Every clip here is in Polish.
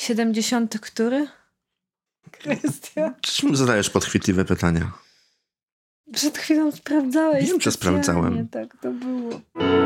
70. który? Krystian. Czemu zadajesz podchwytliwe pytania? Przed chwilą sprawdzałeś. Wiem, że sprawdzałem. Tak to było.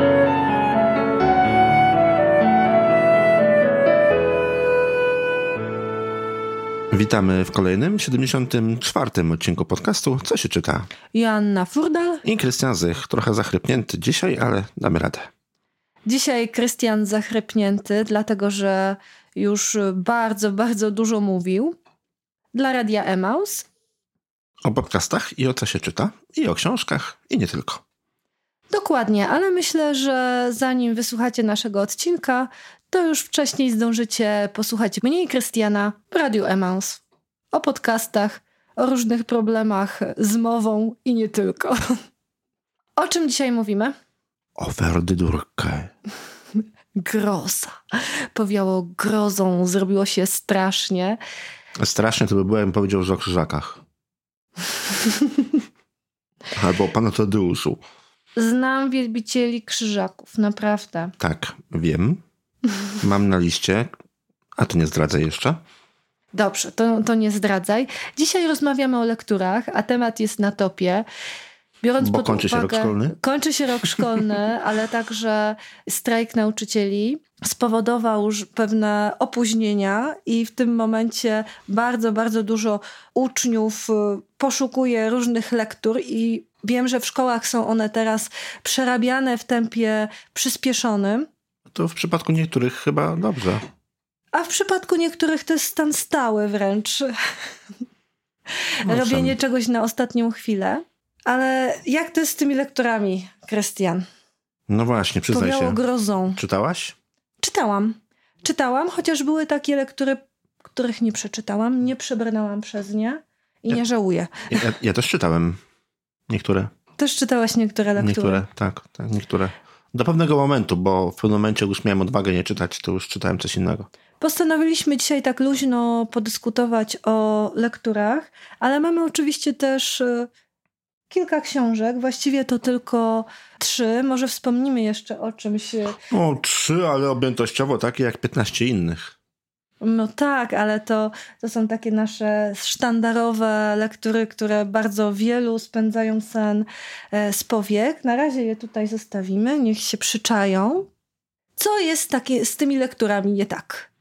Witamy w kolejnym, 74. odcinku podcastu Co się czyta? Joanna Furdal i Krystian Zych. Trochę zachrypnięty dzisiaj, ale damy radę. Dzisiaj Krystian zachrypnięty, dlatego że już bardzo, bardzo dużo mówił dla Radia Emaus. O podcastach i o co się czyta, i o książkach, i nie tylko. Dokładnie, ale myślę, że zanim wysłuchacie naszego odcinka, to już wcześniej zdążycie posłuchać mnie i Krystiana w Radiu Emaus. O podcastach, o różnych problemach z mową i nie tylko. O czym dzisiaj mówimy? O Werdydurkę. Groza. Powiało grozą, zrobiło się strasznie. Strasznie to by było, jakbym powiedział, że o krzyżakach. Albo o Panu Tadeuszu. Znam wielbicieli krzyżaków, naprawdę. Tak, wiem. Mam na liście, a to nie zdradzę jeszcze. Dobrze, to nie zdradzaj. Dzisiaj rozmawiamy o lekturach, a temat jest na topie. Biorąc Bo pod kończy uwagę, się rok szkolny? Kończy się rok szkolny, ale także strajk nauczycieli spowodował już pewne opóźnienia i w tym momencie bardzo, bardzo dużo uczniów poszukuje różnych lektur i wiem, że w szkołach są one teraz przerabiane w tempie przyspieszonym. To w przypadku niektórych chyba dobrze. A w przypadku niektórych to jest stan stały wręcz. Robienie czegoś na ostatnią chwilę. Ale jak to jest z tymi lekturami, Krystian? No właśnie, przyznaj się. Powiało grozą. Czytałaś? Czytałam, chociaż były takie lektury, których nie przeczytałam, nie przebrnęłam przez nie i nie żałuję. Ja też czytałem niektóre. Też czytałaś niektóre lektury? Niektóre, tak, niektóre. Do pewnego momentu, bo w pewnym momencie, jak już miałem odwagę nie czytać, to już czytałem coś innego. Postanowiliśmy dzisiaj tak luźno podyskutować o lekturach, ale mamy oczywiście też kilka książek, właściwie to tylko 3. Może wspomnimy jeszcze o czymś. 3, ale objętościowo takie jak 15 innych. No tak, ale to są takie nasze sztandarowe lektury, które bardzo wielu spędzają sen z powiek. Na razie je tutaj zostawimy, niech się przyczają. Co jest takie z tymi lekturami nie tak?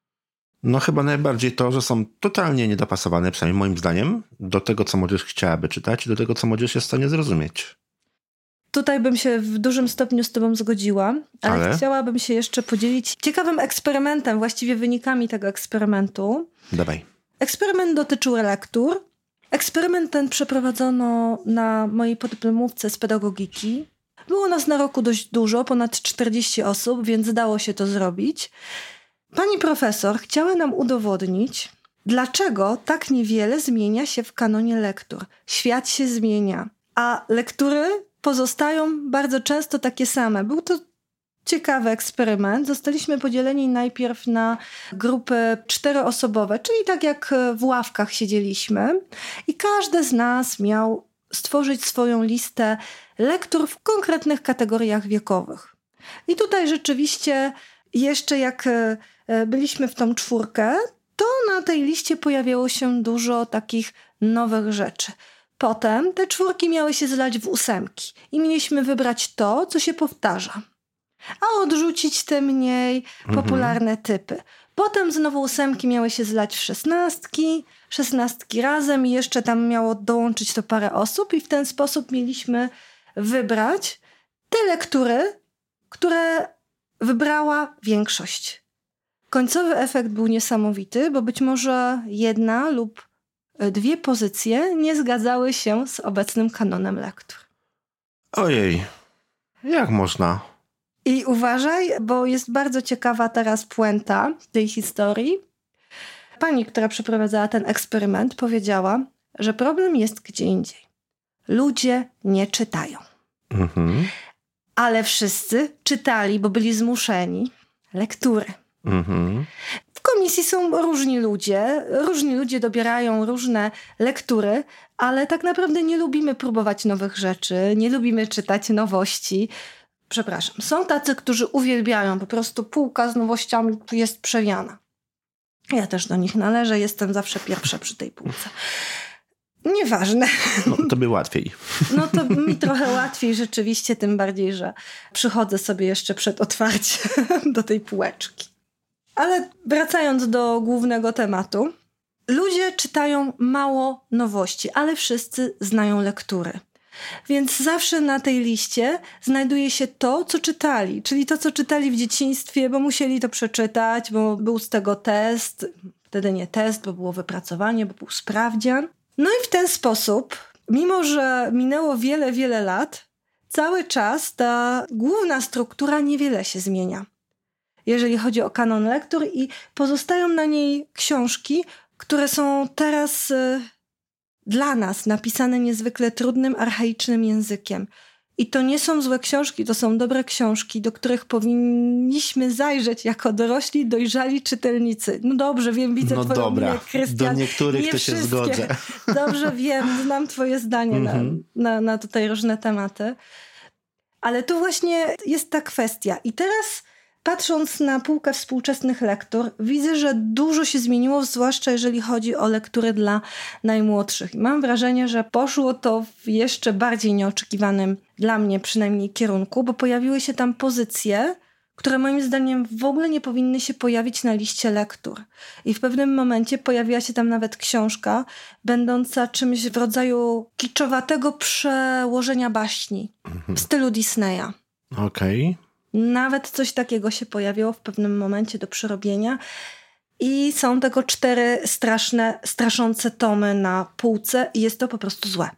No chyba najbardziej to, że są totalnie niedopasowane, przynajmniej moim zdaniem, do tego, co młodzież chciałaby czytać i do tego, co młodzież jest w stanie zrozumieć. Tutaj bym się w dużym stopniu z tobą zgodziła, ale chciałabym się jeszcze podzielić ciekawym eksperymentem, właściwie wynikami tego eksperymentu. Dawaj. Eksperyment dotyczył lektur. Eksperyment ten przeprowadzono na mojej podyplomówce z pedagogiki. Było nas na roku dość dużo, ponad 40 osób, więc dało się to zrobić. Pani profesor chciała nam udowodnić, dlaczego tak niewiele zmienia się w kanonie lektur. Świat się zmienia, a lektury pozostają bardzo często takie same. Był to ciekawy eksperyment. Zostaliśmy podzieleni najpierw na grupy 4-osobowe, czyli tak jak w ławkach siedzieliśmy i każdy z nas miał stworzyć swoją listę lektur w konkretnych kategoriach wiekowych. I tutaj rzeczywiście jeszcze jak byliśmy w tą 4, to na tej liście pojawiało się dużo takich nowych rzeczy. Potem te 4 miały się zlać w 8 i mieliśmy wybrać to, co się powtarza, a odrzucić te mniej popularne typy. Potem znowu 8 miały się zlać w 16 razem i jeszcze tam miało dołączyć to parę osób i w ten sposób mieliśmy wybrać te lektury, które wybrała większość. Końcowy efekt był niesamowity, bo być może 1 lub 2 pozycje nie zgadzały się z obecnym kanonem lektur. Ojej, jak można? I uważaj, bo jest bardzo ciekawa teraz puenta tej historii. Pani, która przeprowadzała ten eksperyment, powiedziała, że problem jest gdzie indziej. Ludzie nie czytają. Ale wszyscy czytali, bo byli zmuszeni, lektury. W komisji są różni ludzie dobierają różne lektury, ale tak naprawdę nie lubimy próbować nowych rzeczy, nie lubimy czytać nowości. Przepraszam, są tacy, którzy uwielbiają, po prostu półka z nowościami jest przewiana. Ja też do nich należę, jestem zawsze pierwsza przy tej półce. Nieważne. No, tobie łatwiej. No to mi trochę łatwiej rzeczywiście, tym bardziej, że przychodzę sobie jeszcze przed otwarciem do tej półeczki. Ale wracając do głównego tematu. Ludzie czytają mało nowości, ale wszyscy znają lektury. Więc zawsze na tej liście znajduje się to, co czytali. Czyli to, co czytali w dzieciństwie, bo musieli to przeczytać, bo był z tego test. Wtedy nie test, bo było wypracowanie, bo był sprawdzian. No i w ten sposób, mimo że minęło wiele, wiele lat, cały czas ta główna struktura niewiele się zmienia. Jeżeli chodzi o kanon lektur i pozostają na niej książki, które są teraz dla nas napisane niezwykle trudnym, archaicznym językiem. I to nie są złe książki, to są dobre książki, do których powinniśmy zajrzeć jako dorośli, dojrzali czytelnicy. No dobrze, wiem, widzę twoją minę, Krystian. Do niektórych nie to się zgodzę. Dobrze wiem, znam twoje zdanie na tutaj różne tematy. Ale to właśnie jest ta kwestia. I teraz patrząc na półkę współczesnych lektur, widzę, że dużo się zmieniło, zwłaszcza jeżeli chodzi o lektury dla najmłodszych. I mam wrażenie, że poszło to w jeszcze bardziej nieoczekiwanym, dla mnie przynajmniej, kierunku, bo pojawiły się tam pozycje, które moim zdaniem w ogóle nie powinny się pojawić na liście lektur. I w pewnym momencie pojawiła się tam nawet książka będąca czymś w rodzaju kiczowatego przełożenia baśni w stylu Disneya. Okej. Nawet coś takiego się pojawiło w pewnym momencie do przerobienia i są tego 4 straszące tomy na półce i jest to po prostu złe.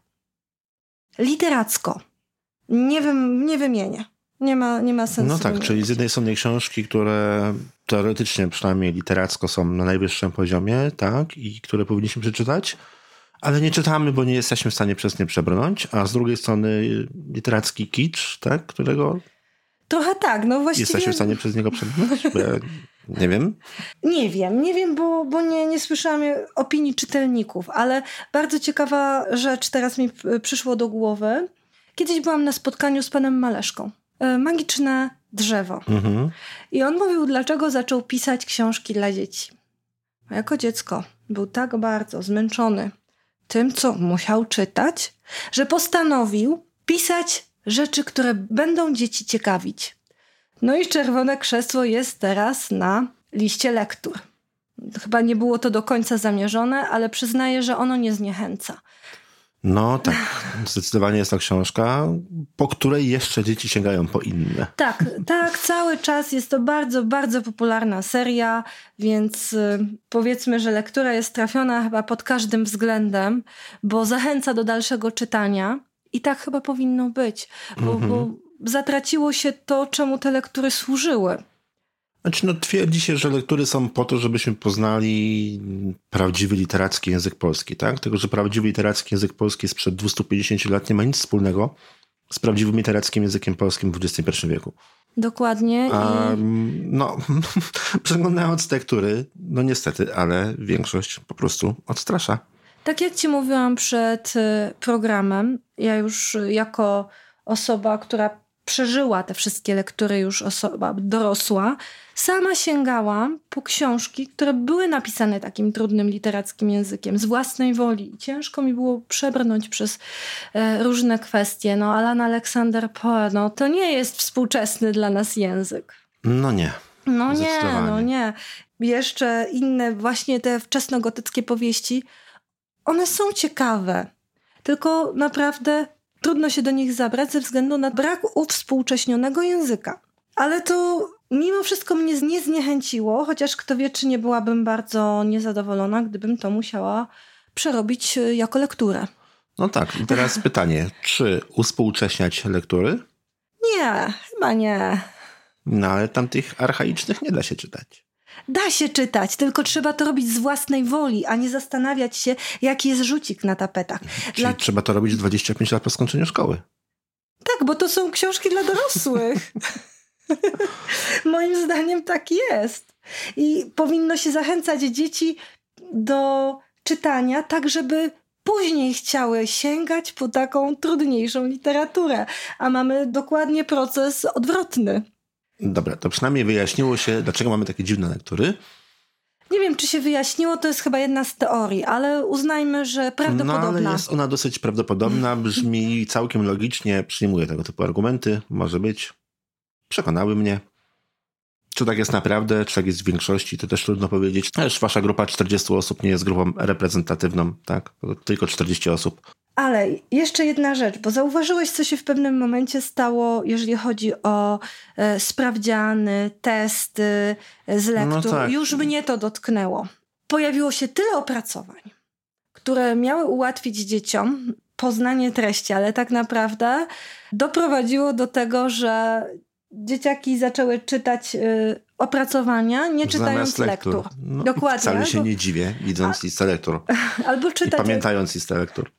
Literacko. Nie wymienię. Nie ma sensu. No tak, wymieniać. czyli z jednej strony książki, które teoretycznie przynajmniej literacko są na najwyższym poziomie, tak, i które powinniśmy przeczytać, ale nie czytamy, bo nie jesteśmy w stanie przez nie przebrnąć, a z drugiej strony literacki kicz, tak, którego Trochę tak, no właściwie... Jesteśmy w stanie przez niego przebrnąć? Bo ja nie wiem. Nie wiem, bo nie słyszałam opinii czytelników, ale bardzo ciekawa rzecz teraz mi przyszło do głowy. Kiedyś byłam na spotkaniu z panem Maleszką. Magiczne drzewo. I on mówił, dlaczego zaczął pisać książki dla dzieci. A jako dziecko był tak bardzo zmęczony tym, co musiał czytać, że postanowił pisać rzeczy, które będą dzieci ciekawić. No i Czerwone Krzesło jest teraz na liście lektur. Chyba nie było to do końca zamierzone, ale przyznaję, że ono nie zniechęca. No tak, zdecydowanie jest to książka, po której jeszcze dzieci sięgają po inne. Tak, cały czas jest to bardzo, bardzo popularna seria, więc powiedzmy, że lektura jest trafiona chyba pod każdym względem, bo zachęca do dalszego czytania. I tak chyba powinno być, bo zatraciło się to, czemu te lektury służyły. Znaczy, twierdzi się, że lektury są po to, żebyśmy poznali prawdziwy literacki język polski, tak? Tylko, że prawdziwy literacki język polski sprzed 250 lat nie ma nic wspólnego z prawdziwym literackim językiem polskim w XXI wieku. Dokładnie. Przeglądając tektury, niestety, ale większość po prostu odstrasza. Tak jak ci mówiłam przed programem, ja już jako osoba, która przeżyła te wszystkie lektury, już osoba dorosła, sama sięgałam po książki, które były napisane takim trudnym literackim językiem, z własnej woli. Ciężko mi było przebrnąć przez różne kwestie. Alan Alexander Poe, to nie jest współczesny dla nas język. No nie. Nie. Jeszcze inne, właśnie te wczesnogotyckie powieści, one są ciekawe, tylko naprawdę trudno się do nich zabrać ze względu na brak uwspółcześnionego języka. Ale to mimo wszystko mnie nie zniechęciło, chociaż kto wie, czy nie byłabym bardzo niezadowolona, gdybym to musiała przerobić jako lekturę. No tak, i teraz pytanie, czy uwspółcześniać lektury? Nie, chyba nie. No ale tamtych archaicznych nie da się czytać. Da się czytać, tylko trzeba to robić z własnej woli, a nie zastanawiać się, jaki jest rzucik na tapetach. Czyli trzeba to robić 25 lat po skończeniu szkoły. Tak, bo to są książki dla dorosłych. Moim zdaniem tak jest. I powinno się zachęcać dzieci do czytania, tak żeby później chciały sięgać po taką trudniejszą literaturę. A mamy dokładnie proces odwrotny. Dobra, to przynajmniej wyjaśniło się, dlaczego mamy takie dziwne lektury. Nie wiem, czy się wyjaśniło, to jest chyba jedna z teorii, ale uznajmy, że prawdopodobna. No ale jest ona dosyć prawdopodobna, brzmi całkiem logicznie, przyjmuję tego typu argumenty, może być. Przekonały mnie. Czy tak jest naprawdę, czy tak jest w większości, to też trudno powiedzieć. Też wasza grupa 40 osób nie jest grupą reprezentatywną, tak? Tylko 40 osób. Ale jeszcze jedna rzecz, bo zauważyłeś, co się w pewnym momencie stało, jeżeli chodzi o sprawdziany, testy z lektur. No tak. Już mnie to dotknęło. Pojawiło się tyle opracowań, które miały ułatwić dzieciom poznanie treści, ale tak naprawdę doprowadziło do tego, że dzieciaki zaczęły czytać opracowania, nie czytając lektur. No, dokładnie. Wcale się nie dziwię, widząc listę lektur. Albo czytać. I pamiętając listę lektur.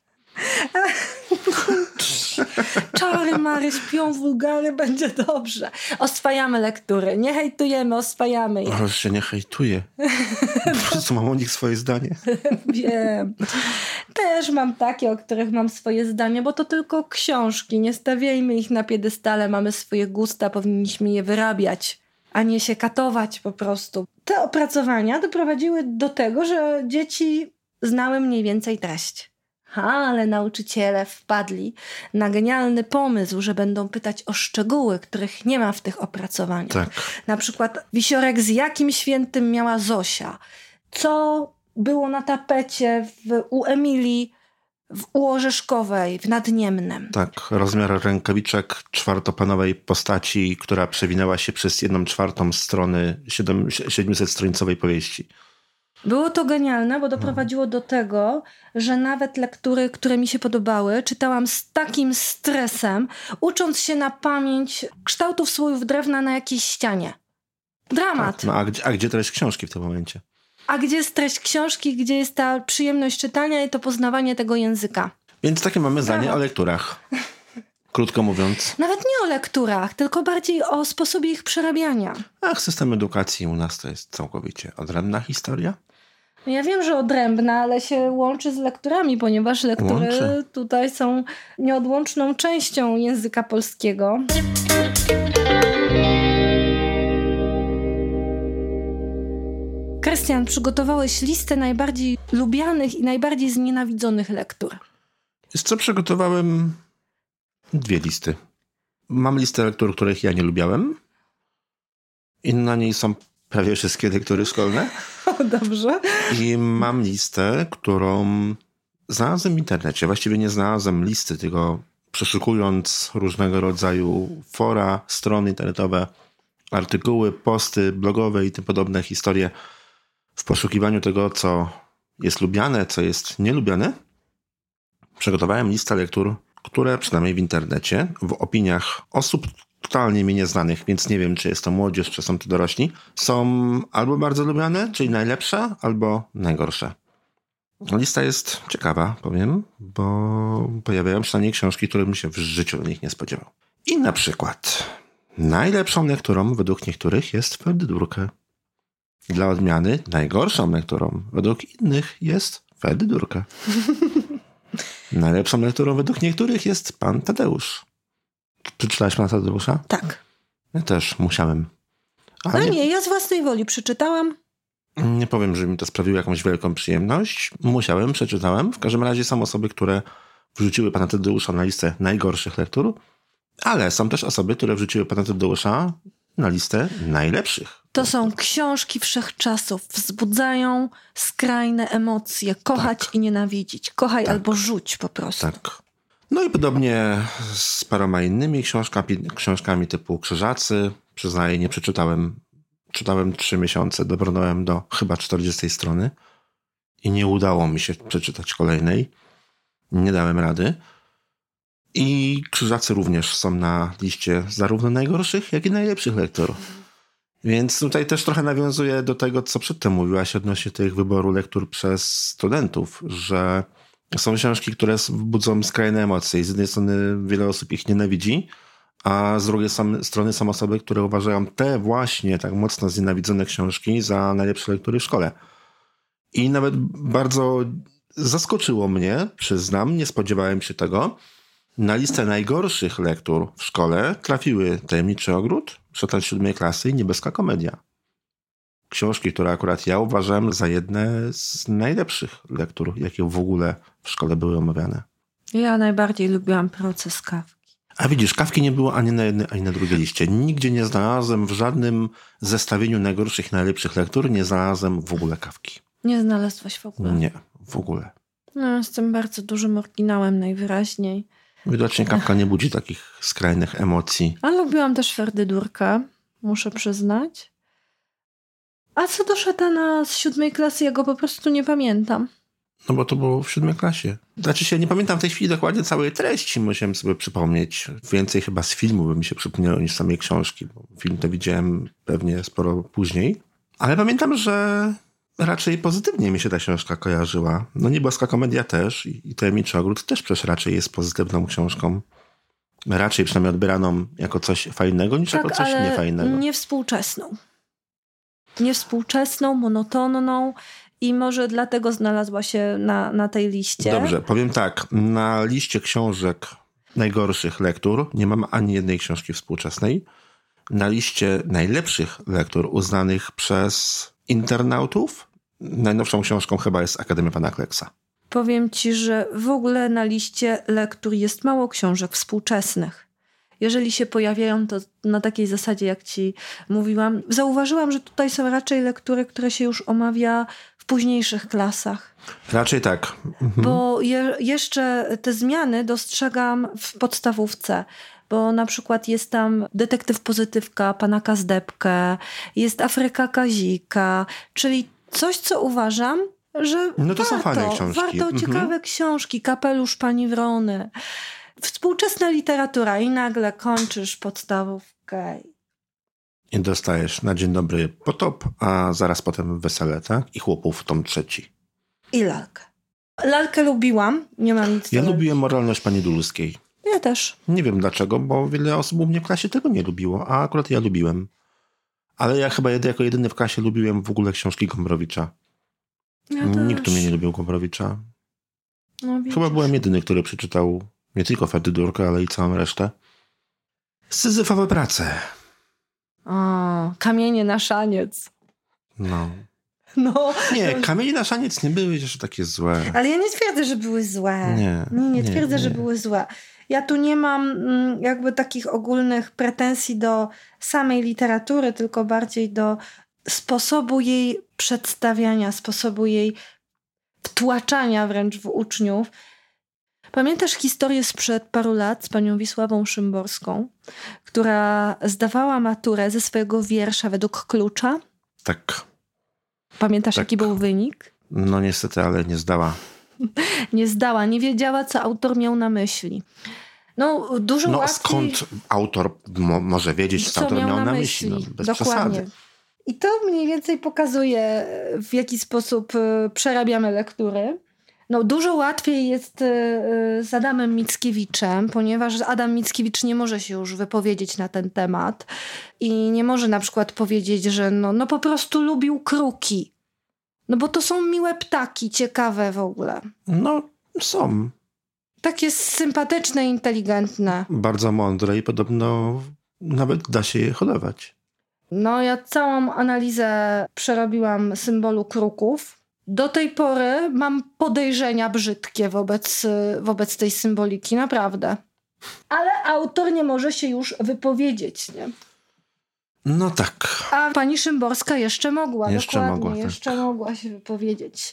Czary Mary śpią wulgary, będzie dobrze. Oswajamy lektury. Nie hejtujemy, oswajamy je. Ale się nie hejtuję. Po prostu mam o nich swoje zdanie. Wiem. Też mam takie, o których mam swoje zdanie, bo to tylko książki. Nie stawiajmy ich na piedestale. Mamy swoje gusta, powinniśmy je wyrabiać, a nie się katować po prostu. Te opracowania doprowadziły do tego, że dzieci znały mniej więcej treść. Ale nauczyciele wpadli na genialny pomysł, że będą pytać o szczegóły, których nie ma w tych opracowaniach. Tak. Na przykład wisiorek z jakim świętym miała Zosia. Co było na tapecie u Emilii u Orzeszkowej w Nadniemnem. Tak, rozmiar rękawiczek czwartopanowej postaci, która przewinęła się przez 1/4 strony 700-stronicowej powieści. Było to genialne, bo doprowadziło do tego, że nawet lektury, które mi się podobały, czytałam z takim stresem, ucząc się na pamięć kształtów słojów drewna na jakiejś ścianie. Dramat. Tak, no a gdzie treść książki w tym momencie? A gdzie jest treść książki, gdzie jest ta przyjemność czytania i to poznawanie tego języka? Więc takie mamy zdanie o lekturach. Krótko mówiąc. Nawet nie o lekturach, tylko bardziej o sposobie ich przerabiania. System edukacji u nas to jest całkowicie odrębna historia. Ja wiem, że odrębna, ale się łączy z lekturami, ponieważ lektury tutaj są nieodłączną częścią języka polskiego. Krystian, przygotowałeś listę najbardziej lubianych i najbardziej znienawidzonych lektur. Jest co, przygotowałem 2 listy. Mam listę lektur, których ja nie lubiałem. I na niej są prawie wszystkie lektury szkolne. O, dobrze. I mam listę, którą znalazłem w internecie. Właściwie nie znalazłem listy, tylko przeszukując różnego rodzaju fora, strony internetowe, artykuły, posty blogowe i tym podobne historie w poszukiwaniu tego, co jest lubiane, co jest nielubiane, przygotowałem listę lektur, które przynajmniej w internecie, w opiniach osób totalnie mi nieznanych, więc nie wiem, czy jest to młodzież, czy są to dorośli, są albo bardzo lubiane, czyli najlepsze, albo najgorsze. Lista jest ciekawa, powiem, bo pojawiają się na niej książki, które bym się w życiu do nich nie spodziewał. I na przykład najlepszą lekturą według niektórych jest Ferdydurke. Dla odmiany najgorszą lekturą według innych jest Ferdydurke. Najlepszą lekturą według niektórych jest Pan Tadeusz. Czy czytałeś Pana Tadeusza? Tak. Ja też musiałem. Ale nie, ja z własnej woli przeczytałam. Nie powiem, że mi to sprawiło jakąś wielką przyjemność. Musiałem, przeczytałem. W każdym razie są osoby, które wrzuciły Pana Tadeusza na listę najgorszych lektur, ale są też osoby, które wrzuciły Pana Tadeusza na listę najlepszych. To są książki wszechczasów. Wzbudzają skrajne emocje. Kochać i nienawidzić. Kochaj albo rzuć po prostu. Tak. No i podobnie z paroma innymi książkami typu Krzyżacy. Przyznaję, nie przeczytałem. Czytałem 3 miesiące, dobrnąłem do chyba 40 strony i nie udało mi się przeczytać kolejnej. Nie dałem rady. I Krzyżacy również są na liście zarówno najgorszych, jak i najlepszych lektur. Więc tutaj też trochę nawiązuję do tego, co przedtem mówiłaś odnośnie tych wyboru lektur przez studentów, że są książki, które budzą skrajne emocje i z jednej strony wiele osób ich nienawidzi, a z drugiej strony są osoby, które uważają te właśnie tak mocno znienawidzone książki za najlepsze lektury w szkole. I nawet bardzo zaskoczyło mnie, przyznam, nie spodziewałem się tego. Na listę najgorszych lektur w szkole trafiły Tajemniczy Ogród, Szatan 7 klasy i Niebieska Komedia. książki, które akurat ja uważałem za jedne z najlepszych lektur, jakie w ogóle w szkole były omawiane. Ja najbardziej lubiłam Proces Kafki. A widzisz, Kafki nie było ani na jednej, ani na drugiej liście. Nigdzie nie znalazłem w żadnym zestawieniu najgorszych i najlepszych lektur, nie znalazłem w ogóle Kafki. Nie znalazłaś w ogóle? Nie, w ogóle. No, jestem bardzo dużym oryginałem najwyraźniej. Widocznie Kafka nie budzi takich skrajnych emocji. A lubiłam też Ferdydurka, muszę przyznać. A co do Szatana z 7 klasy, ja go po prostu nie pamiętam. No bo to było w 7 klasie. Znaczy się, nie pamiętam w tej chwili dokładnie całej treści, musiałem sobie przypomnieć. Więcej chyba z filmu by mi się przypomniało niż samej książki, bo film to widziałem pewnie sporo później. Ale pamiętam, że raczej pozytywnie mi się ta książka kojarzyła. No Niebieska Komedia też i Tajemniczy Ogród też przecież raczej jest pozytywną książką. Raczej przynajmniej odbieraną jako coś fajnego niż jako coś niefajnego. Niewspółczesną. Niewspółczesną, monotonną i może dlatego znalazła się na tej liście. Dobrze, powiem tak. Na liście książek najgorszych lektur nie mam ani jednej książki współczesnej. Na liście najlepszych lektur uznanych przez internautów najnowszą książką chyba jest Akademia Pana Kleksa. Powiem ci, że w ogóle na liście lektur jest mało książek współczesnych. Jeżeli się pojawiają, to na takiej zasadzie, jak ci mówiłam. Zauważyłam, że tutaj są raczej lektury, które się już omawia w późniejszych klasach. Raczej tak. Bo jeszcze te zmiany dostrzegam w podstawówce. Bo na przykład jest tam Detektyw Pozytywka Pana Kazdebkę, jest Afryka Kazika, czyli coś, co uważam, że no to są fajne książki. Warto ciekawe książki, Kapelusz Pani Wrony. Współczesna literatura i nagle kończysz podstawówkę. I dostajesz na dzień dobry Potop, a zaraz potem Wesele, tak? I Chłopów tom 3. I Lalkę. Lalkę lubiłam, nie mam nic Ja lubiłem Moralność Pani Dulskiej. Ja też. Nie wiem dlaczego, bo wiele osób u mnie w klasie tego nie lubiło, a akurat ja lubiłem. Ale ja chyba jako jedyny w klasie lubiłem w ogóle książki Gombrowicza. Ja Nikt też. mnie nie lubił Gombrowicza. No, chyba byłem jedyny, który przeczytał nie tylko Ferdydurkę, ale i całą resztę. Syzyfowe prace. O, Kamienie na szaniec. No. No. Nie, Kamienie na szaniec nie były jeszcze takie złe. Ale ja nie twierdzę, że były złe. Nie twierdzę, że były złe. Ja tu nie mam jakby takich ogólnych pretensji do samej literatury, tylko bardziej do sposobu jej przedstawiania, sposobu jej wtłaczania wręcz w uczniów. Pamiętasz historię sprzed paru lat z panią Wisławą Szymborską, która zdawała maturę ze swojego wiersza według klucza? Tak. Pamiętasz, tak. Jaki był wynik? No niestety, ale nie zdała. Nie zdała, nie wiedziała, co autor miał na myśli. No, dużo łatwiej... skąd autor może wiedzieć, co autor miał na myśli? No, bez Dokładnie. przesady. I to mniej więcej pokazuje, w jaki sposób przerabiamy lektury. No, dużo łatwiej jest z Adamem Mickiewiczem, ponieważ Adam Mickiewicz nie może się już wypowiedzieć na ten temat i nie może na przykład powiedzieć, że no po prostu lubił kruki. No bo to są miłe ptaki, ciekawe w ogóle. No, są. Takie sympatyczne, inteligentne. Bardzo mądre i podobno nawet da się je hodować. No, ja całą analizę przerobiłam symbolu kruków. Do tej pory mam podejrzenia brzydkie wobec tej symboliki, naprawdę. Ale autor nie może się już wypowiedzieć, nie? No tak. A pani Szymborska jeszcze mogła. Jeszcze mogła się wypowiedzieć.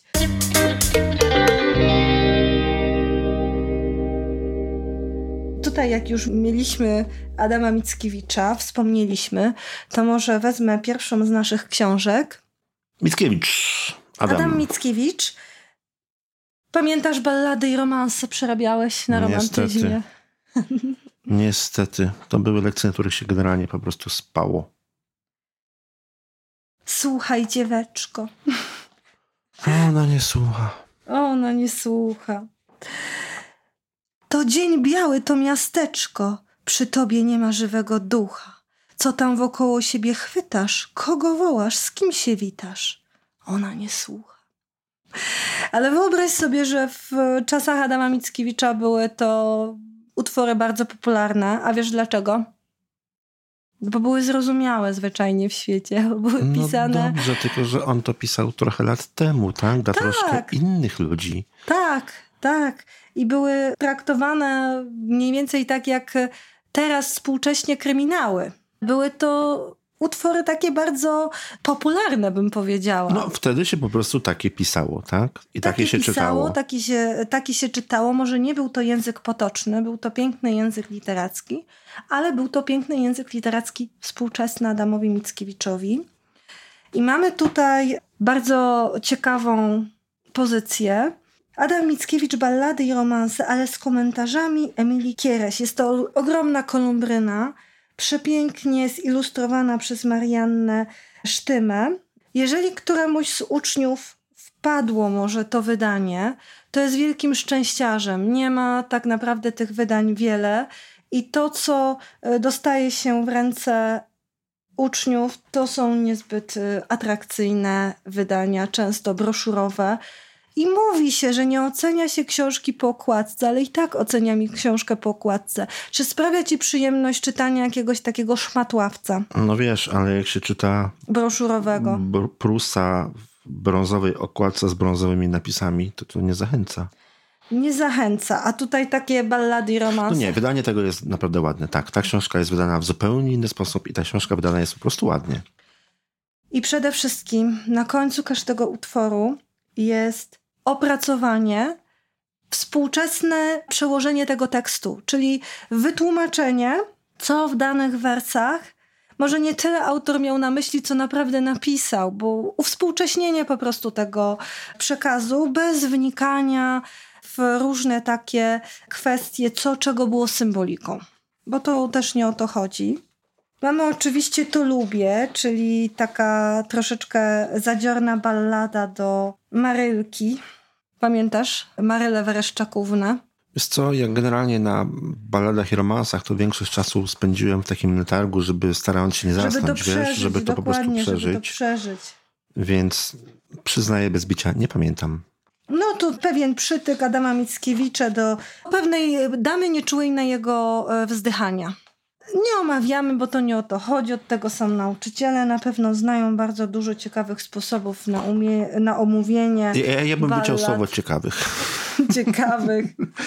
Tutaj jak już mieliśmy Adama Mickiewicza, wspomnieliśmy, to może wezmę pierwszą z naszych książek. Mickiewicz. Adam Mickiewicz. Pamiętasz Ballady i romanse przerabiałeś na romantyzmie? Niestety. To były lekcje, na których się generalnie po prostu spało. Słuchaj, dzieweczko. Ona nie słucha. To dzień biały, to miasteczko. Przy tobie nie ma żywego ducha. Co tam wokoło siebie chwytasz? Kogo wołasz? Z kim się witasz? Ona nie słucha. Ale wyobraź sobie, że w czasach Adama Mickiewicza były to utwory bardzo popularne. A wiesz dlaczego? Bo były zrozumiałe zwyczajnie w świecie. Były pisane... No dobrze, tylko że on to pisał trochę lat temu, tak? Dla troszkę innych ludzi. Tak. I były traktowane mniej więcej tak jak teraz współcześnie kryminały. Były to utwory takie bardzo popularne, bym powiedziała. No wtedy się po prostu takie pisało, tak? I takie się czytało. Takie się czytało. Może nie był to język potoczny, był to piękny język literacki, ale był to piękny język literacki współczesny Adamowi Mickiewiczowi. I mamy tutaj bardzo ciekawą pozycję. Adam Mickiewicz, ballady i romanse, ale z komentarzami Emilii Kiereś. Jest to ogromna kolumbryna, przepięknie zilustrowana przez Mariannę Sztymę. Jeżeli któremuś z uczniów wpadło może to wydanie, to jest wielkim szczęściarzem. Nie ma tak naprawdę tych wydań wiele i to, co dostaje się w ręce uczniów, to są niezbyt atrakcyjne wydania, często broszurowe. I mówi się, że nie ocenia się książki po okładce, ale i tak ocenia mi książkę po okładce. Czy sprawia ci przyjemność czytania jakiegoś takiego szmatławca? No wiesz, ale jak się czyta... broszurowego. Prusa w brązowej okładce z brązowymi napisami, to nie zachęca. Nie zachęca, a tutaj takie ballady i romanse. No nie, wydanie tego jest naprawdę ładne. Tak, ta książka jest wydana w zupełnie inny sposób i ta książka wydana jest po prostu ładnie. I przede wszystkim na końcu każdego utworu jest opracowanie, współczesne przełożenie tego tekstu, czyli wytłumaczenie, co w danych wersach może nie tyle autor miał na myśli, co naprawdę napisał, bo uwspółcześnienie po prostu tego przekazu bez wnikania w różne takie kwestie, co czego było symboliką. Bo to też nie o to chodzi. Mamy oczywiście To lubię, czyli taka troszeczkę zadziorna ballada do Marylki. Pamiętasz Marylę Wereszczakównę? Wiesz co, ja generalnie na balladach i romansach to większość czasu spędziłem w takim letargu, żeby starając się nie zasnąć, żeby to po prostu przeżyć. Więc przyznaję bez bicia, nie pamiętam. No to pewien przytyk Adama Mickiewicza do pewnej damy nieczułej na jego wzdychania. Nie omawiamy, bo to nie o to chodzi. Od tego są nauczyciele. Na pewno znają bardzo dużo ciekawych sposobów na omówienie Ja bym wyciął słowo ciekawych. Ciekawych.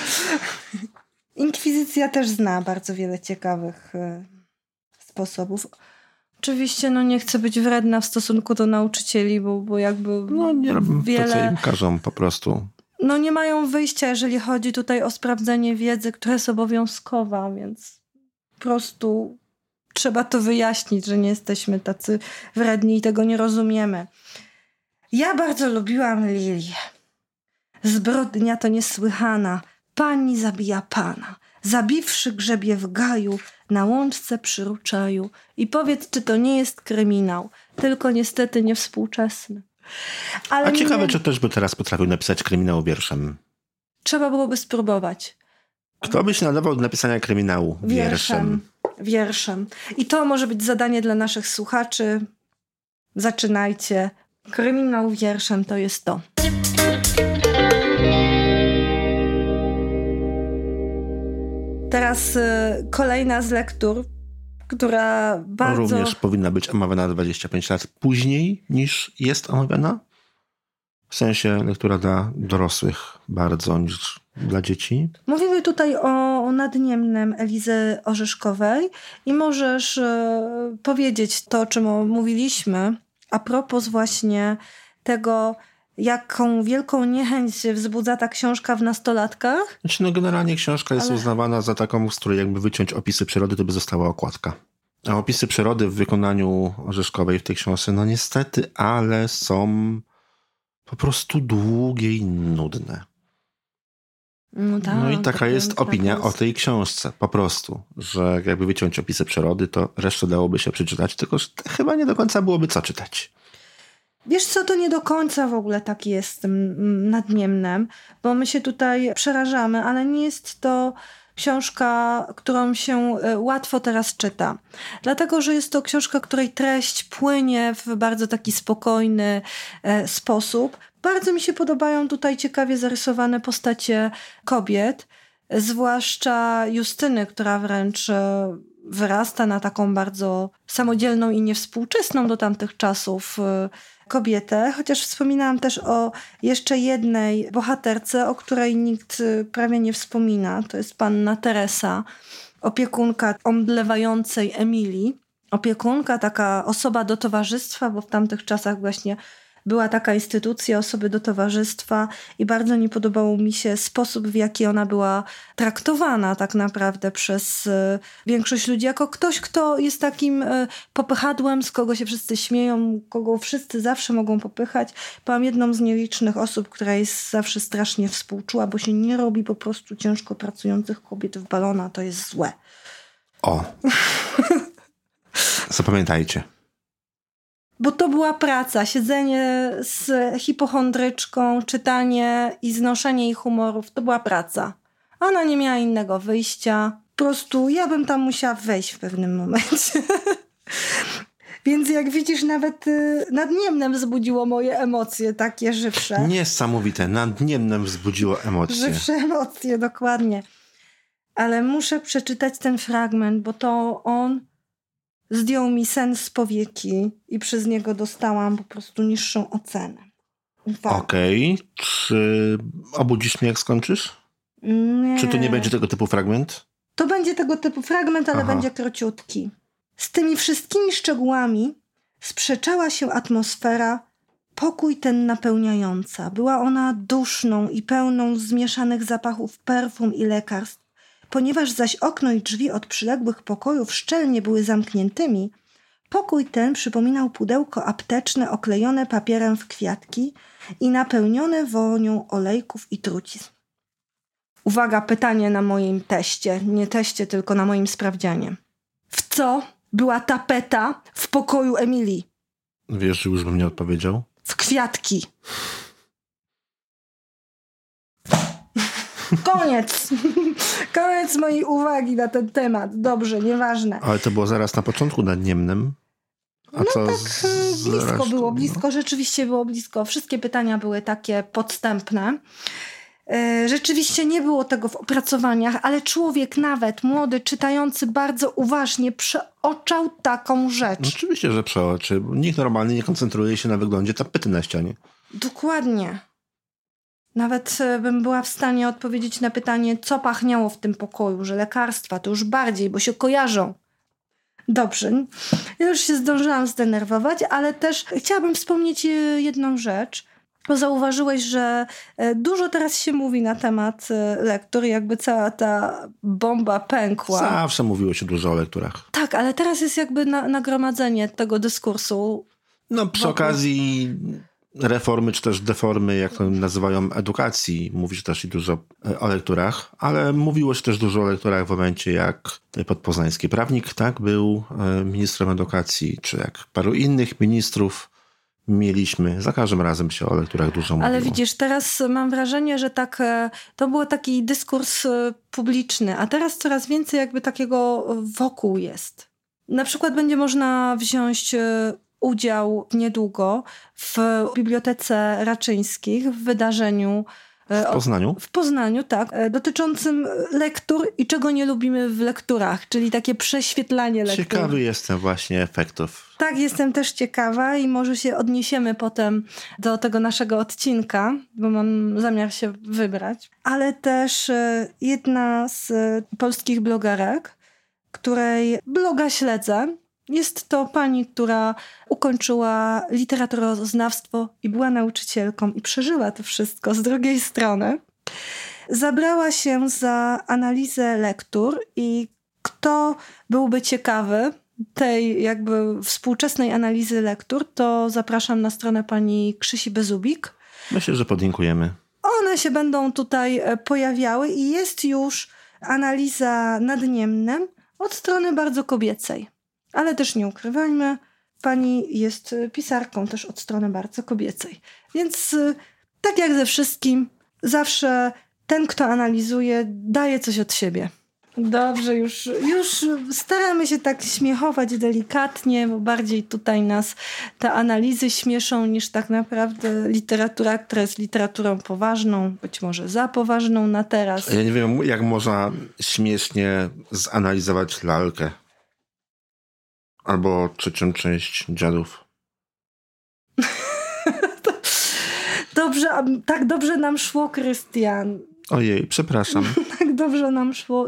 Inkwizycja też zna bardzo wiele ciekawych sposobów. Oczywiście nie chcę być wredna w stosunku do nauczycieli, bo jakby nie robią to, co im każą po prostu. Nie mają wyjścia, jeżeli chodzi tutaj o sprawdzenie wiedzy, która jest obowiązkowa, więc po prostu trzeba to wyjaśnić, że nie jesteśmy tacy wredni i tego nie rozumiemy. Ja bardzo lubiłam Lilię. Zbrodnia to niesłychana, pani zabija pana. Zabiwszy grzebie w gaju, na łączce przy ruczaju. I powiedz, czy to nie jest kryminał, tylko niestety niewspółczesny. Ale a ciekawe, czy ktoś by teraz potrafił napisać kryminał wierszem. Trzeba byłoby spróbować. Kto by się nadawał do napisania kryminału Wierszem. I to może być zadanie dla naszych słuchaczy. Zaczynajcie. Kryminał wierszem to jest to. Teraz kolejna z lektur, która bardzo... Również powinna być omawiana 25 lat później niż jest omawiana? W sensie lektura dla dorosłych bardzo niż dla dzieci? Mówimy tutaj o Nadniemnem Elizy Orzeszkowej i możesz powiedzieć to, o czym mówiliśmy a propos właśnie tego, jaką wielką niechęć wzbudza ta książka w nastolatkach? Znaczy, generalnie książka jest uznawana za taką, z której jakby wyciąć opisy przyrody, to by została okładka. A opisy przyrody w wykonaniu Orzeszkowej w tej książce, niestety, ale są po prostu długie i nudne. I taka jest opinia o tej książce, po prostu, że jakby wyciąć opisy przyrody, to resztę dałoby się przeczytać, tylko że chyba nie do końca byłoby co czytać. Wiesz co, to nie do końca w ogóle tak jest z tym Nadniemnem, bo my się tutaj przerażamy, ale nie jest to książka, którą się łatwo teraz czyta. Dlatego, że jest to książka, której treść płynie w bardzo taki spokojny sposób. Bardzo mi się podobają tutaj ciekawie zarysowane postacie kobiet, zwłaszcza Justyny, która wręcz wyrasta na taką bardzo samodzielną i niewspółczesną do tamtych czasów kobietę, chociaż wspominałam też o jeszcze jednej bohaterce, o której nikt prawie nie wspomina. To jest panna Teresa, opiekunka omdlewającej Emilii. Opiekunka, taka osoba do towarzystwa, bo w tamtych czasach właśnie była taka instytucja, osoby do towarzystwa i bardzo nie podobał mi się sposób, w jaki ona była traktowana tak naprawdę przez większość ludzi, jako ktoś, kto jest takim popychadłem, z kogo się wszyscy śmieją, kogo wszyscy zawsze mogą popychać. Byłam jedną z nielicznych osób, która jest zawsze strasznie współczuła, bo się nie robi po prostu ciężko pracujących kobiet w balona, to jest złe. O! Zapamiętajcie. Bo to była praca, siedzenie z hipochondryczką, czytanie i znoszenie jej humorów, to była praca. Ona nie miała innego wyjścia. Po prostu ja bym tam musiała wejść w pewnym momencie. Więc jak widzisz, nawet nadniemnem wzbudziło moje emocje takie żywsze. Niesamowite, nadniemnem wzbudziło emocje. Żywsze emocje, dokładnie. Ale muszę przeczytać ten fragment, bo to on zdjął mi sen z powieki i przez niego dostałam po prostu niższą ocenę. Okej. Czy obudzisz mnie, jak skończysz? Nie. Czy to nie będzie tego typu fragment? To będzie tego typu fragment, ale będzie króciutki. Z tymi wszystkimi szczegółami sprzeczała się atmosfera, pokój ten napełniająca. Była ona duszną i pełną zmieszanych zapachów perfum i lekarstw. Ponieważ zaś okno i drzwi od przyległych pokojów szczelnie były zamkniętymi, pokój ten przypominał pudełko apteczne oklejone papierem w kwiatki i napełnione wonią olejków i trucizn. Uwaga, pytanie na moim teście. Nie teście, tylko na moim sprawdzianie. W co była tapeta w pokoju Emilii? Wiesz, że już bym nie odpowiedział? W kwiatki. Koniec. Koniec mojej uwagi na ten temat. Dobrze, nieważne. Ale to było zaraz na początku nadniemnym. A co tak blisko było, blisko. Rzeczywiście było blisko. Wszystkie pytania były takie podstępne. Rzeczywiście nie było tego w opracowaniach, ale człowiek nawet młody, czytający bardzo uważnie przeoczał taką rzecz. Oczywiście, że przeoczy. Nikt normalnie nie koncentruje się na wyglądzie tapety na ścianie. Dokładnie. Nawet bym była w stanie odpowiedzieć na pytanie, co pachniało w tym pokoju, że lekarstwa to już bardziej, bo się kojarzą. Dobrze, ja już się zdążyłam zdenerwować, ale też chciałabym wspomnieć jedną rzecz, bo zauważyłeś, że dużo teraz się mówi na temat lektur, jakby cała ta bomba pękła. Zawsze mówiło się dużo o lekturach. Tak, ale teraz jest jakby nagromadzenie tego dyskursu. No przy okazji reformy, czy też deformy, jak to nazywają, edukacji. Mówi się też i dużo o lekturach, ale mówiło się też dużo o lekturach w momencie, jak podpoznański prawnik, tak, był ministrem edukacji, czy jak paru innych ministrów mieliśmy. Za każdym razem się o lekturach dużo mówiło. Ale widzisz, teraz mam wrażenie, że tak, to był taki dyskurs publiczny, a teraz coraz więcej jakby takiego wokół jest. Na przykład będzie można wziąć udział niedługo w Bibliotece Raczyńskich w wydarzeniu w Poznaniu? W Poznaniu, tak. Dotyczącym lektur i czego nie lubimy w lekturach, czyli takie prześwietlanie lektur. Ciekawy jestem właśnie efektów. Tak, jestem też ciekawa i może się odniesiemy potem do tego naszego odcinka, bo mam zamiar się wybrać. Ale też jedna z polskich blogerek, której bloga śledzę, jest to pani, która ukończyła literaturoznawstwo i była nauczycielką i przeżyła to wszystko z drugiej strony. Zabrała się za analizę lektur i kto byłby ciekawy tej jakby współczesnej analizy lektur, to zapraszam na stronę pani Krzysi Bezubik. Myślę, że podlinkujemy. One się będą tutaj pojawiały i jest już analiza nad Niemnem od strony bardzo kobiecej. Ale też nie ukrywajmy, pani jest pisarką też od strony bardzo kobiecej. Więc tak jak ze wszystkim, zawsze ten, kto analizuje, daje coś od siebie. Dobrze, już staramy się tak śmiechować delikatnie, bo bardziej tutaj nas te analizy śmieszą niż tak naprawdę literatura, która jest literaturą poważną, być może za poważną na teraz. Ja nie wiem, jak można śmiesznie zanalizować lalkę. Albo trzecią część Dziadów. Tak dobrze nam szło, Krystian. Ojej, przepraszam. Tak dobrze nam szło.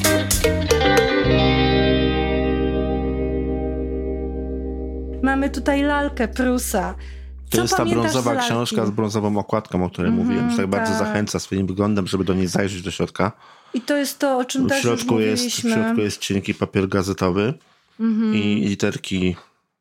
Mamy tutaj lalkę Prusa. To jest ta brązowa książka z brązową okładką, o której mówiłem, że tak bardzo zachęca swoim wyglądem, żeby do niej zajrzeć do środka. I to jest to, o czym też już mówiliśmy. W środku jest cienki papier gazetowy i literki.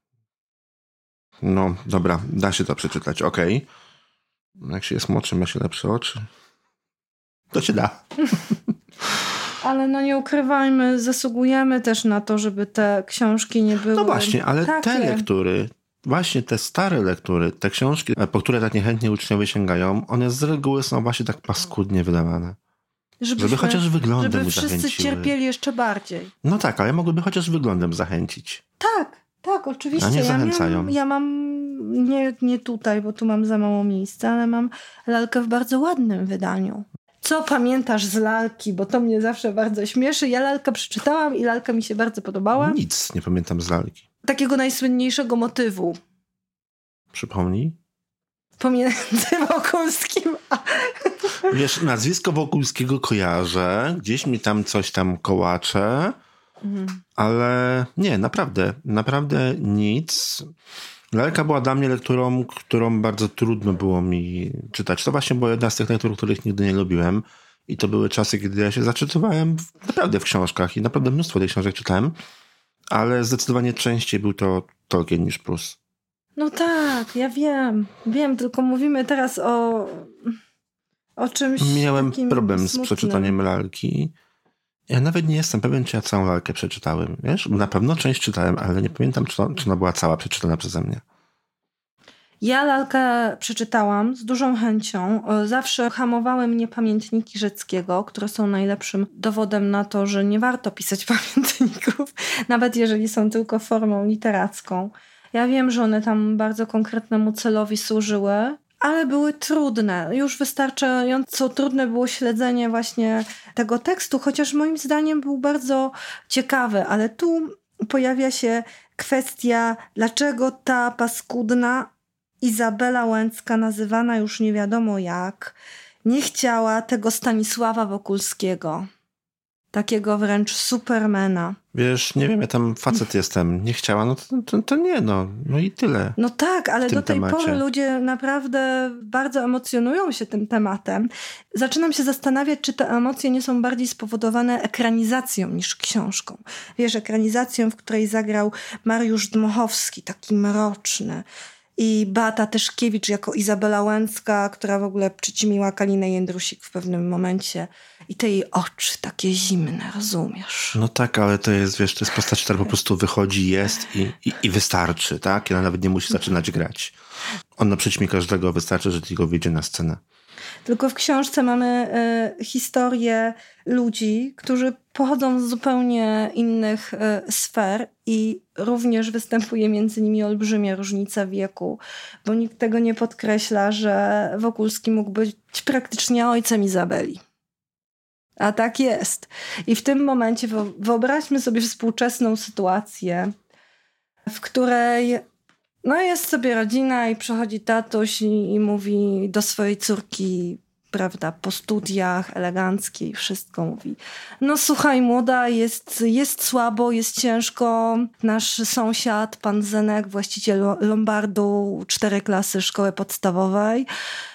No, dobra, da się to przeczytać, okej. Jak się jest młodszy, ma się lepsze oczy. To się da. Ale no nie ukrywajmy, zasługujemy też na to, żeby te książki nie były. No właśnie, ale takie. Te lektury, właśnie te stare lektury, te książki, po które tak niechętnie uczniowie sięgają, one z reguły są właśnie tak paskudnie wydawane. Żeby chociaż wyglądem zachęciły. Żeby wszyscy cierpieli jeszcze bardziej. No tak, ale mogłyby chociaż wyglądem zachęcić. Tak, oczywiście. A nie zachęcają. Ja mam nie tutaj, bo tu mam za mało miejsca, ale mam lalkę w bardzo ładnym wydaniu. Co pamiętasz z lalki? Bo to mnie zawsze bardzo śmieszy. Ja lalkę przeczytałam i lalka mi się bardzo podobała. Nic nie pamiętam z lalki. Takiego najsłynniejszego motywu. Przypomnij. Pomiędzy Wokulskim a... Wiesz, nazwisko Wokulskiego kojarzę. Gdzieś mi tam coś tam kołacze. Ale nie, naprawdę nic. Lalka była dla mnie lekturą, którą bardzo trudno było mi czytać. To właśnie była jedna z tych lektur, których nigdy nie lubiłem. I to były czasy, kiedy ja się zaczytywałem naprawdę w książkach i naprawdę mnóstwo tych książek czytałem. Ale zdecydowanie częściej był to Tolkien niż Prus. No tak, ja wiem, tylko mówimy teraz o czymś. Miałem takim problem smutnym. z przeczytaniem lalki. Ja nawet nie jestem pewien, czy ja całą lalkę przeczytałem. Wiesz, na pewno część czytałem, ale nie pamiętam, czy ona była cała przeczytana przeze mnie. Ja lalkę przeczytałam z dużą chęcią. Zawsze hamowały mnie pamiętniki Rzeckiego, które są najlepszym dowodem na to, że nie warto pisać pamiętników, nawet jeżeli są tylko formą literacką. Ja wiem, że one tam bardzo konkretnemu celowi służyły, ale były trudne. Już wystarczająco trudne było śledzenie właśnie tego tekstu, chociaż moim zdaniem był bardzo ciekawy, ale tu pojawia się kwestia, dlaczego ta paskudna Izabela Łęcka, nazywana już nie wiadomo jak, nie chciała tego Stanisława Wokulskiego. Takiego wręcz supermana. Wiesz, nie wiem, ja tam facet jestem. Nie chciała, no to nie, no i tyle. No tak, ale do tej pory ludzie naprawdę bardzo emocjonują się tym tematem. Zaczynam się zastanawiać, czy te emocje nie są bardziej spowodowane ekranizacją niż książką. Wiesz, ekranizacją, w której zagrał Mariusz Dmochowski, taki mroczny. I Beata Tyszkiewicz jako Izabela Łęcka, która w ogóle przyćmiła Kalinę Jędrusik w pewnym momencie. I te jej oczy takie zimne, rozumiesz? No tak, ale to jest, wiesz, to jest postać, która po prostu wychodzi, jest i wystarczy, tak? I ona nawet nie musi zaczynać grać. Ona przyćmi każdego, wystarczy, że tylko wyjdzie na scenę. Tylko w książce mamy historię ludzi, którzy pochodzą z zupełnie innych sfer i również występuje między nimi olbrzymia różnica wieku, bo nikt tego nie podkreśla, że Wokulski mógł być praktycznie ojcem Izabeli. A tak jest. I w tym momencie wyobraźmy sobie współczesną sytuację, w której jest sobie rodzina i przychodzi tatuś i mówi do swojej córki, prawda, po studiach eleganckiej, wszystko mówi. No słuchaj, młoda, jest słabo, jest ciężko. Nasz sąsiad, pan Zenek, właściciel Lombardu, 4 klasy szkoły podstawowej.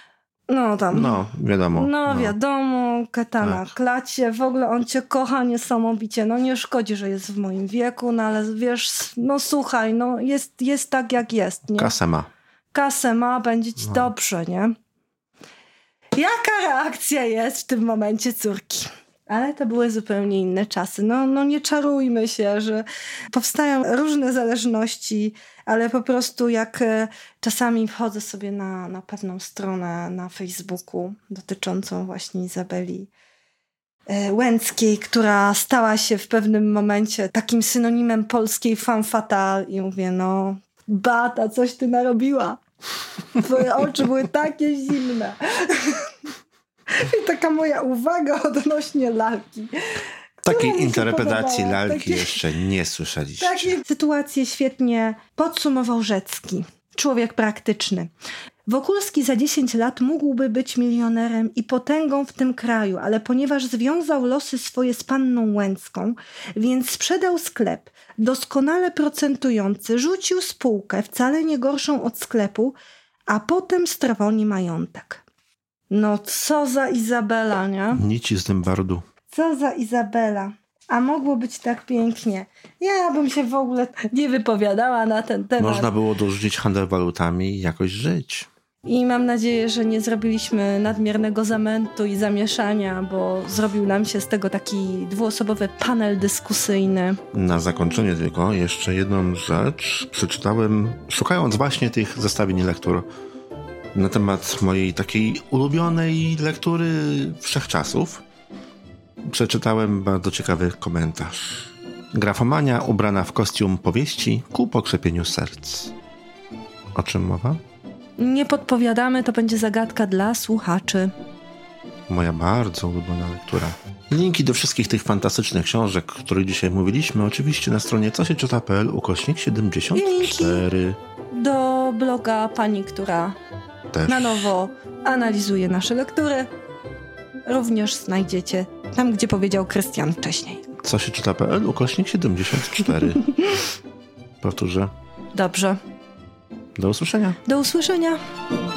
Wiadomo, keta na klacie, w ogóle on cię kocha niesamowicie, nie szkodzi, że jest w moim wieku, ale wiesz, słuchaj, jest tak jak jest, nie? Kasę ma, będzie ci dobrze, nie? Jaka reakcja jest w tym momencie córki? Ale to były zupełnie inne czasy. Nie czarujmy się, że powstają różne zależności, ale po prostu jak czasami wchodzę sobie na pewną stronę na Facebooku dotyczącą właśnie Izabeli Łęckiej, która stała się w pewnym momencie takim synonimem polskiej femme fatale i mówię, Beata, coś ty narobiła. Twoje oczy były takie zimne. I taka moja uwaga odnośnie lalki. Takiej interpretacji lalki jeszcze nie słyszeliście. Takie sytuacje świetnie podsumował Rzecki. Człowiek praktyczny. Wokulski za 10 lat mógłby być milionerem i potęgą w tym kraju, ale ponieważ związał losy swoje z panną Łęcką, więc sprzedał sklep, doskonale procentujący, rzucił spółkę, wcale nie gorszą od sklepu, a potem strwoni majątek. No co za Izabela, nie? Nici z Dymbardu. Co za Izabela. A mogło być tak pięknie. Ja bym się w ogóle nie wypowiadała na ten temat. Można było dorzucić handel walutami i jakoś żyć. I mam nadzieję, że nie zrobiliśmy nadmiernego zamętu i zamieszania, bo zrobił nam się z tego taki dwuosobowy panel dyskusyjny. Na zakończenie tylko jeszcze jedną rzecz przeczytałem, szukając właśnie tych zestawień lektur na temat mojej takiej ulubionej lektury wszechczasów. Przeczytałem bardzo ciekawy komentarz. Grafomania ubrana w kostium powieści ku pokrzepieniu serc. O czym mowa? Nie podpowiadamy, to będzie zagadka dla słuchaczy. Moja bardzo ulubiona lektura. Linki do wszystkich tych fantastycznych książek, o których dzisiaj mówiliśmy, oczywiście na stronie cosieczyta.pl/74. Linki do bloga pani, która też na nowo analizuje nasze lektury. Również znajdziecie tam, gdzie powiedział Krystian wcześniej. cosieczyta.pl/74. Powtórzę. Dobrze. Do usłyszenia. Do usłyszenia.